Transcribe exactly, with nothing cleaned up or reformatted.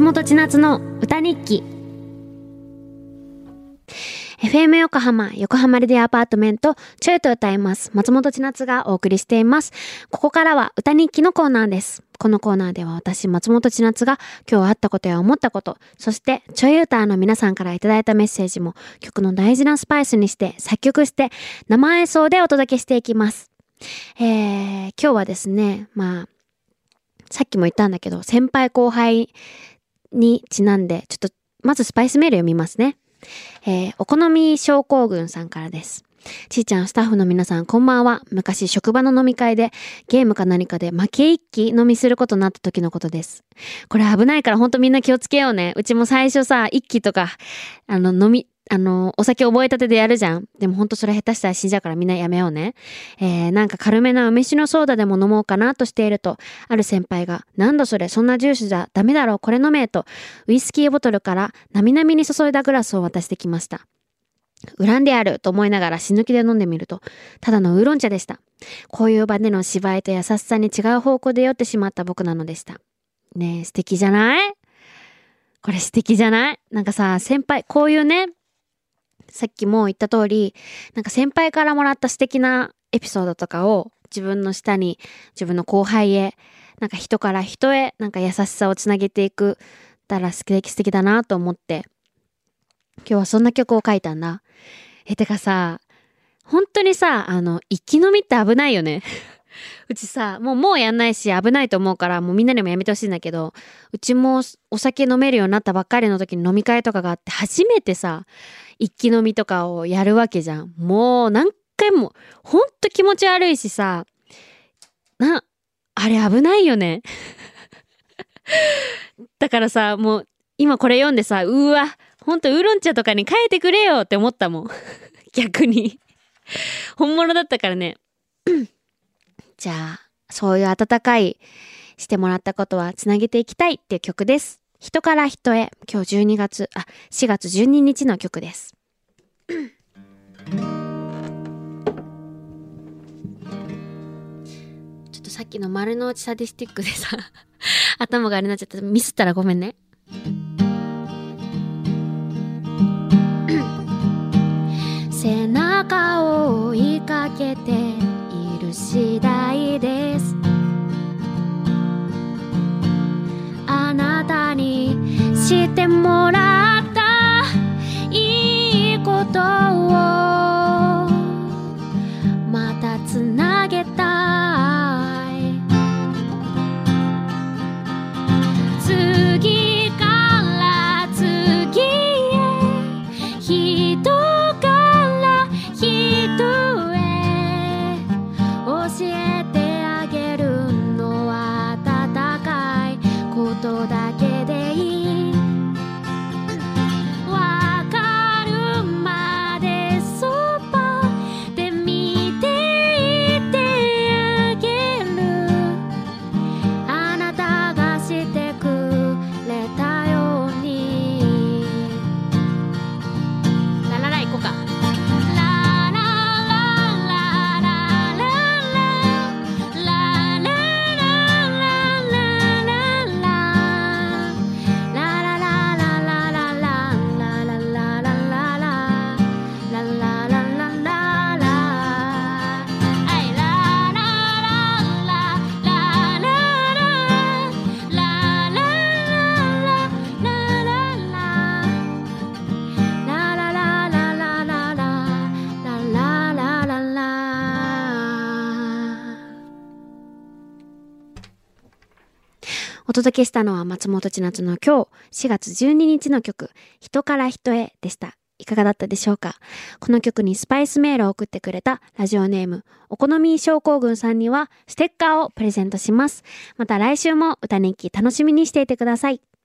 本千夏の歌日記。 エフエム 横浜横浜レディアパートメントちょいと歌います松本千夏がお送りしています。ここからは歌日記のコーナーです。このコーナーでは私松本千夏が今日あったことや思ったこと、そしてちょい歌の皆さんからいただいたメッセージも曲の大事なスパイスにして作曲して生演奏でお届けしていきます。えー、今日はですね、まあさっきも言ったんだけど先輩後輩にちなんでちょっとまずスパイスメール読みますね。えー、お好み症候群さんからです。ちーちゃん、スタッフの皆さんこんばんは。昔職場の飲み会でゲームか何かで負け一気飲みすることになった時のことです。これ危ないからほんとみんな気をつけようね。うちも最初さ一気とかあの飲みあのお酒覚えたてでやるじゃん。でもほんとそれ下手したら死んじゃうからみんなやめようね。えー、なんか軽めな梅酒のソーダでも飲もうかなとしていると、ある先輩がなんだそれ、そんなジュースじゃダメだろう、これ飲めとウイスキーボトルからなみなみに注いだグラスを渡してきました。恨んでやると思いながら死ぬ気で飲んでみるとただのウーロン茶でした。こういう場での芝居と優しさに違う方向で酔ってしまった僕なのでした。ねえ、素敵じゃない？これ素敵じゃない？なんかさ、先輩こういうね、さっきも言った通りなんか先輩からもらった素敵なエピソードとかを自分の下に自分の後輩へなんか人から人へなんか優しさをつなげていくたら素敵素敵だなと思って今日はそんな曲を書いたんだ。え、てかさ、本当にさ、あの、一気飲みって危ないよね。うちさ、もうもうやんないし危ないと思うから、もうみんなにもやめてほしいんだけど、うちもお酒飲めるようになったばっかりの時に飲み会とかがあって、初めてさ、一気飲みとかをやるわけじゃん。もう何回も、ほんと気持ち悪いしさ、な、あれ危ないよね。だからさ、もう今これ読んでさ、うわ、ほんとウーロン茶とかに変えてくれよって思ったもん。逆に。本物だったからね。じゃあ、そういう温かいしてもらったことはつなげていきたいっていう曲です。人から人へ。今日じゅうにがつ、あ、しがつじゅうににちの曲です。ちょっとさっきの丸の内サディスティックでさ、頭があれになっちゃった。ミスったらごめんね。背中を追いかけている次第です。あなたにしてもらったいいことをまたつなげたい。次から次へ人教えてあげるのは温かいことだけでいい。わかるまでそばで見ていてあげる。あなたがしてくれたように。ラララ行こうか。お届けしたのは松本千夏の今日しがつじゅうににちの曲人から人へでした。いかがだったでしょうか。この曲にスパイスメールを送ってくれたラジオネームお好み症候群さんにはステッカーをプレゼントします。また来週も歌日記楽しみにしていてください。